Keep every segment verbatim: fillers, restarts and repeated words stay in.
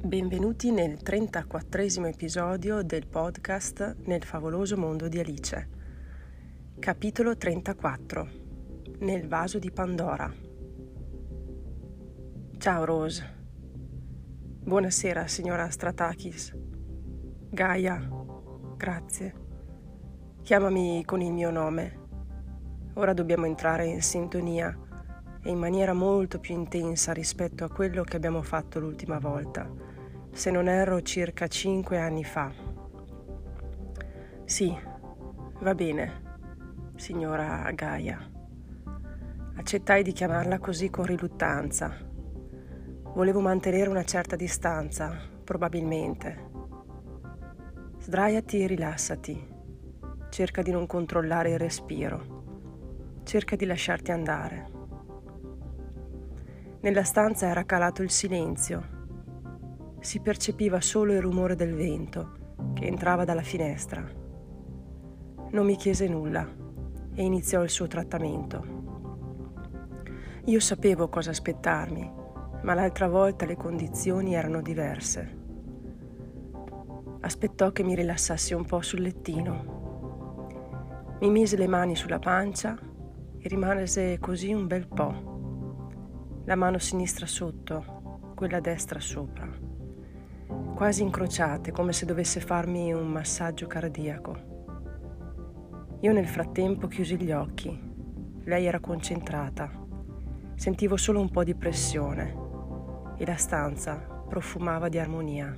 Benvenuti nel trentaquattresimo episodio del podcast Nel favoloso mondo di Alice. Capitolo trentaquattro. Nel vaso di Pandora. Ciao Rose. Buonasera signora Stratakis. Gaia, grazie. Chiamami con il mio nome. Ora dobbiamo entrare in sintonia e in maniera molto più intensa rispetto a quello che abbiamo fatto l'ultima volta. Se non erro, circa cinque anni fa. Sì, va bene, signora Gaia. Accettai di chiamarla così con riluttanza. Volevo mantenere una certa distanza, probabilmente. Sdraiati e rilassati. Cerca di non controllare il respiro. Cerca di lasciarti andare. Nella stanza era calato il silenzio. Si percepiva solo il rumore del vento che entrava dalla finestra. Non mi chiese nulla e iniziò il suo trattamento. Io sapevo cosa aspettarmi, ma l'altra volta le condizioni erano diverse. Aspettò che mi rilassassi un po' sul lettino. Mi mise le mani sulla pancia e rimase così un bel po'. La mano sinistra sotto, quella destra sopra. Quasi incrociate, come se dovesse farmi un massaggio cardiaco. Io nel frattempo chiusi gli occhi. Lei era concentrata. Sentivo solo un po' di pressione e la stanza profumava di armonia.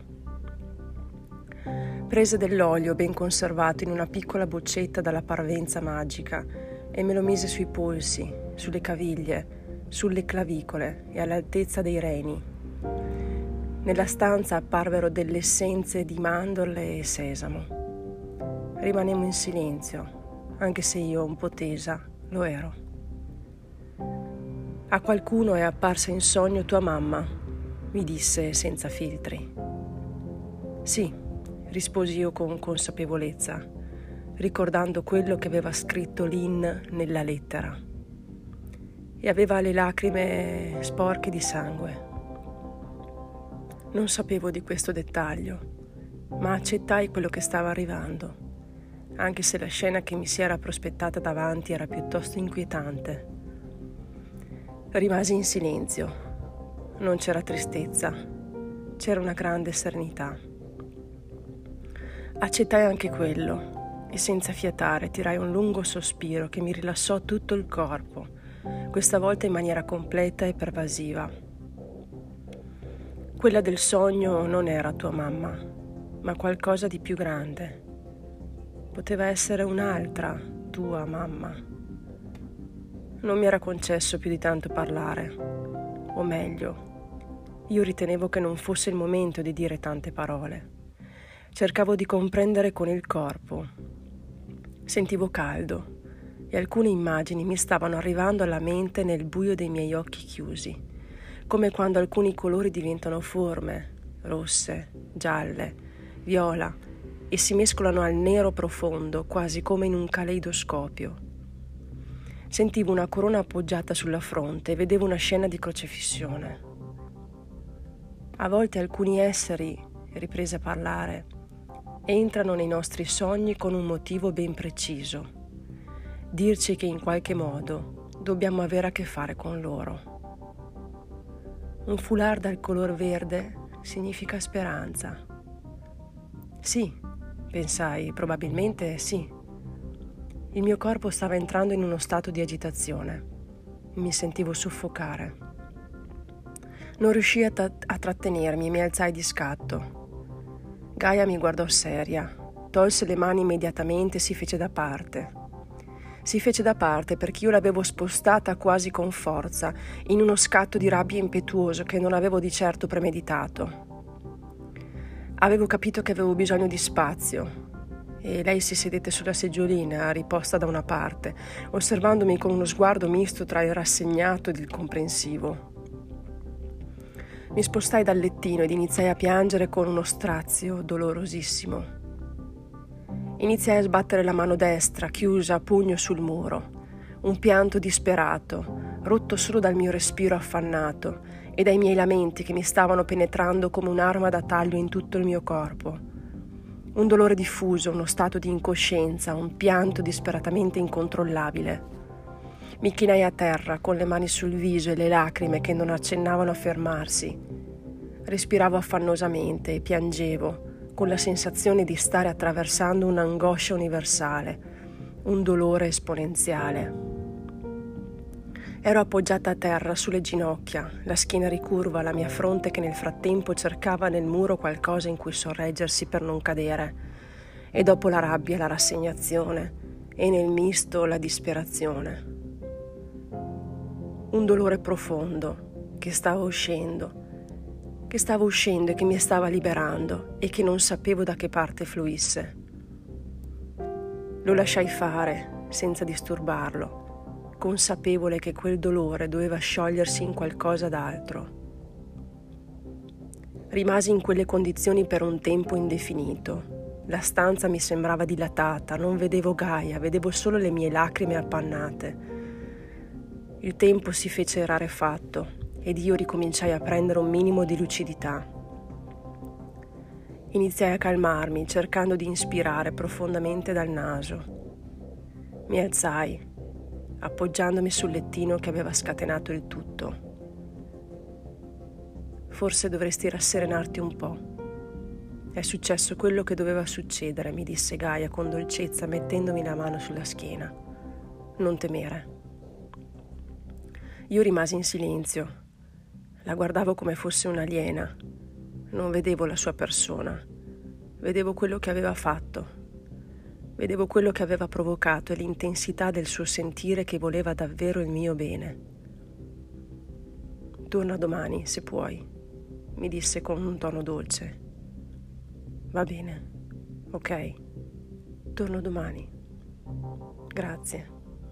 Prese dell'olio ben conservato in una piccola boccetta dalla parvenza magica e me lo mise sui polsi, sulle caviglie, sulle clavicole e all'altezza dei reni. Nella stanza apparvero delle essenze di mandorle e sesamo. Rimanemmo in silenzio, anche se io, un po' tesa, lo ero. A qualcuno è apparsa in sogno tua mamma, mi disse senza filtri. Sì, risposi io con consapevolezza, ricordando quello che aveva scritto Lynn nella lettera. E aveva le lacrime sporche di sangue. Non sapevo di questo dettaglio, ma accettai quello che stava arrivando, anche se la scena che mi si era prospettata davanti era piuttosto inquietante. Rimasi in silenzio. Non c'era tristezza, c'era una grande serenità. Accettai anche quello e senza fiatare tirai un lungo sospiro che mi rilassò tutto il corpo, questa volta in maniera completa e pervasiva. Quella del sogno non era tua mamma, ma qualcosa di più grande. Poteva essere un'altra tua mamma. Non mi era concesso più di tanto parlare, o meglio, io ritenevo che non fosse il momento di dire tante parole. Cercavo di comprendere con il corpo. Sentivo caldo e alcune immagini mi stavano arrivando alla mente nel buio dei miei occhi chiusi. Come quando alcuni colori diventano forme, rosse, gialle, viola, e si mescolano al nero profondo, quasi come in un caleidoscopio. Sentivo una corona appoggiata sulla fronte e vedevo una scena di crocefissione. A volte alcuni esseri, riprese a parlare, entrano nei nostri sogni con un motivo ben preciso, dirci che in qualche modo dobbiamo avere a che fare con loro. Un foulard dal color verde significa speranza. Sì, pensai, probabilmente sì. Il mio corpo stava entrando in uno stato di agitazione. Mi sentivo soffocare. Non riuscii a, ta- a trattenermi e mi alzai di scatto. Gaia mi guardò seria, tolse le mani immediatamente e si fece da parte. Si fece da parte perché io l'avevo spostata quasi con forza, in uno scatto di rabbia impetuoso che non avevo di certo premeditato. Avevo capito che avevo bisogno di spazio e lei si sedette sulla seggiolina, riposta da una parte, osservandomi con uno sguardo misto tra il rassegnato ed il comprensivo. Mi spostai dal lettino ed iniziai a piangere con uno strazio dolorosissimo. Iniziai a sbattere la mano destra, chiusa a pugno sul muro. Un pianto disperato, rotto solo dal mio respiro affannato e dai miei lamenti che mi stavano penetrando come un'arma da taglio in tutto il mio corpo. Un dolore diffuso, uno stato di incoscienza, un pianto disperatamente incontrollabile. Mi chinai a terra con le mani sul viso e le lacrime che non accennavano a fermarsi. Respiravo affannosamente e piangevo, con la sensazione di stare attraversando un'angoscia universale, un dolore esponenziale. Ero appoggiata a terra sulle ginocchia, la schiena ricurva, la mia fronte che nel frattempo cercava nel muro qualcosa in cui sorreggersi per non cadere, e dopo la rabbia la rassegnazione, e nel misto la disperazione. Un dolore profondo che stava uscendo, che stava uscendo e che mi stava liberando e che non sapevo da che parte fluisse. Lo lasciai fare senza disturbarlo, consapevole che quel dolore doveva sciogliersi in qualcosa d'altro. Rimasi in quelle condizioni per un tempo indefinito. La stanza mi sembrava dilatata, non vedevo Gaia, vedevo solo le mie lacrime appannate. Il tempo si fece rarefatto ed io ricominciai a prendere un minimo di lucidità. Iniziai a calmarmi, cercando di inspirare profondamente dal naso. Mi alzai, appoggiandomi sul lettino che aveva scatenato il tutto. Forse dovresti rasserenarti un po'. È successo quello che doveva succedere, mi disse Gaia con dolcezza, mettendomi la mano sulla schiena. Non temere. Io rimasi in silenzio. La guardavo come fosse un'aliena. Non vedevo la sua persona. Vedevo quello che aveva fatto. Vedevo quello che aveva provocato e l'intensità del suo sentire che voleva davvero il mio bene. Torna domani, se puoi, mi disse con un tono dolce. Va bene, ok, torno domani. Grazie.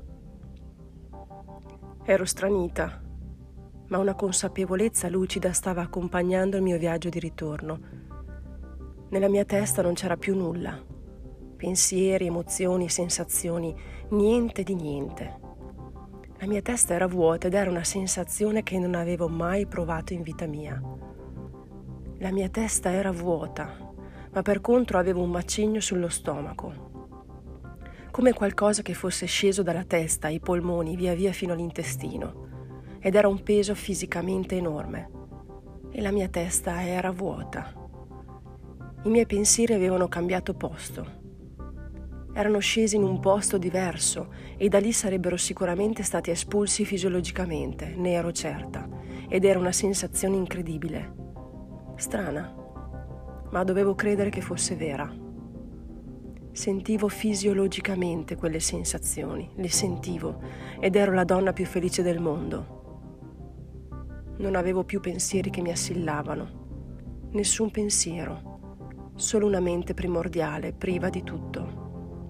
Ero stranita, ma una consapevolezza lucida stava accompagnando il mio viaggio di ritorno. Nella mia testa non c'era più nulla. Pensieri, emozioni, sensazioni, niente di niente. La mia testa era vuota ed era una sensazione che non avevo mai provato in vita mia. La mia testa era vuota, ma per contro avevo un macigno sullo stomaco, come qualcosa che fosse sceso dalla testa ai polmoni via via fino all'intestino, ed era un peso fisicamente enorme. E la mia testa era vuota. I miei pensieri avevano cambiato posto. Erano scesi in un posto diverso e da lì sarebbero sicuramente stati espulsi fisiologicamente, ne ero certa, ed era una sensazione incredibile. Strana, ma dovevo credere che fosse vera. Sentivo fisiologicamente quelle sensazioni, le sentivo, ed ero la donna più felice del mondo. Non avevo più pensieri che mi assillavano, nessun pensiero, solo una mente primordiale, priva di tutto.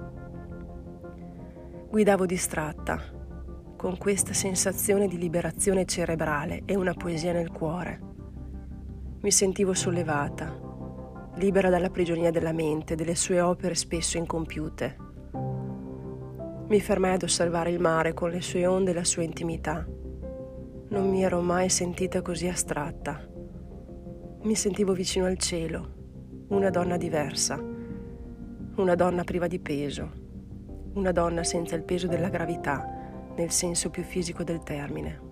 Guidavo distratta, con questa sensazione di liberazione cerebrale e una poesia nel cuore. Mi sentivo sollevata, libera dalla prigionia della mente, delle sue opere spesso incompiute. Mi fermai ad osservare il mare con le sue onde e la sua intimità. Non mi ero mai sentita così astratta. Mi sentivo vicino al cielo, una donna diversa, una donna priva di peso. Una donna senza il peso della gravità, nel senso più fisico del termine.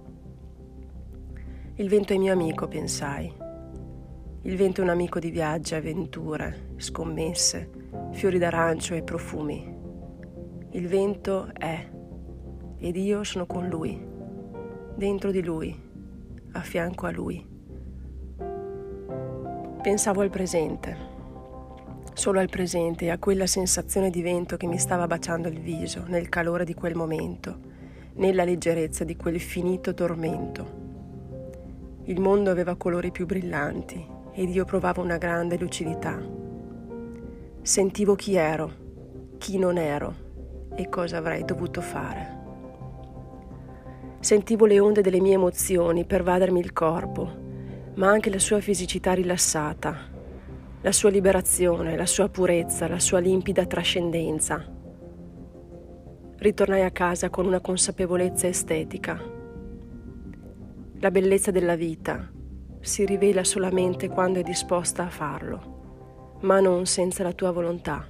Il vento è mio amico, pensai. Il vento è un amico di viaggi, avventure, scommesse, fiori d'arancio e profumi. Il vento è, ed io sono con lui, dentro di lui, a fianco a lui. Pensavo al presente. Solo al presente e a quella sensazione di vento che mi stava baciando il viso nel calore di quel momento, nella leggerezza di quel finito tormento. Il mondo aveva colori più brillanti ed io provavo una grande lucidità. Sentivo chi ero, chi non ero e cosa avrei dovuto fare. Sentivo le onde delle mie emozioni pervadermi il corpo, ma anche la sua fisicità rilassata, la sua liberazione, la sua purezza, la sua limpida trascendenza. Ritornai a casa con una consapevolezza estetica. La bellezza della vita, si rivela solamente quando è disposta a farlo, ma non senza la tua volontà.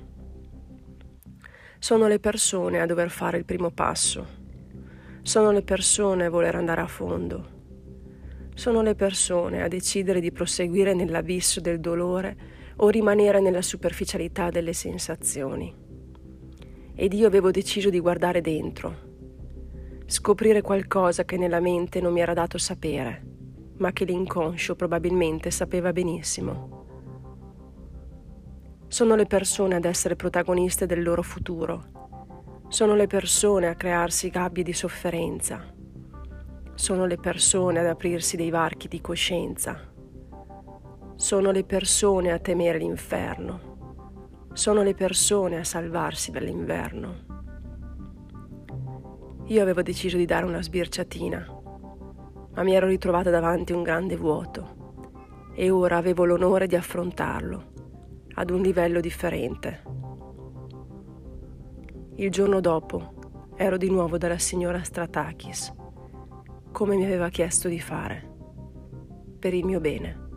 Sono le persone a dover fare il primo passo. Sono le persone a voler andare a fondo. Sono le persone a decidere di proseguire nell'abisso del dolore o rimanere nella superficialità delle sensazioni. Ed io avevo deciso di guardare dentro, scoprire qualcosa che nella mente non mi era dato sapere, ma che l'inconscio probabilmente sapeva benissimo. Sono le persone ad essere protagoniste del loro futuro. Sono le persone a crearsi gabbie di sofferenza. Sono le persone ad aprirsi dei varchi di coscienza. Sono le persone a temere l'inferno. Sono le persone a salvarsi dall'inverno. Io avevo deciso di dare una sbirciatina, ma mi ero ritrovata davanti a un grande vuoto e ora avevo l'onore di affrontarlo ad un livello differente. Il giorno dopo ero di nuovo dalla signora Stratakis, come mi aveva chiesto di fare, per il mio bene.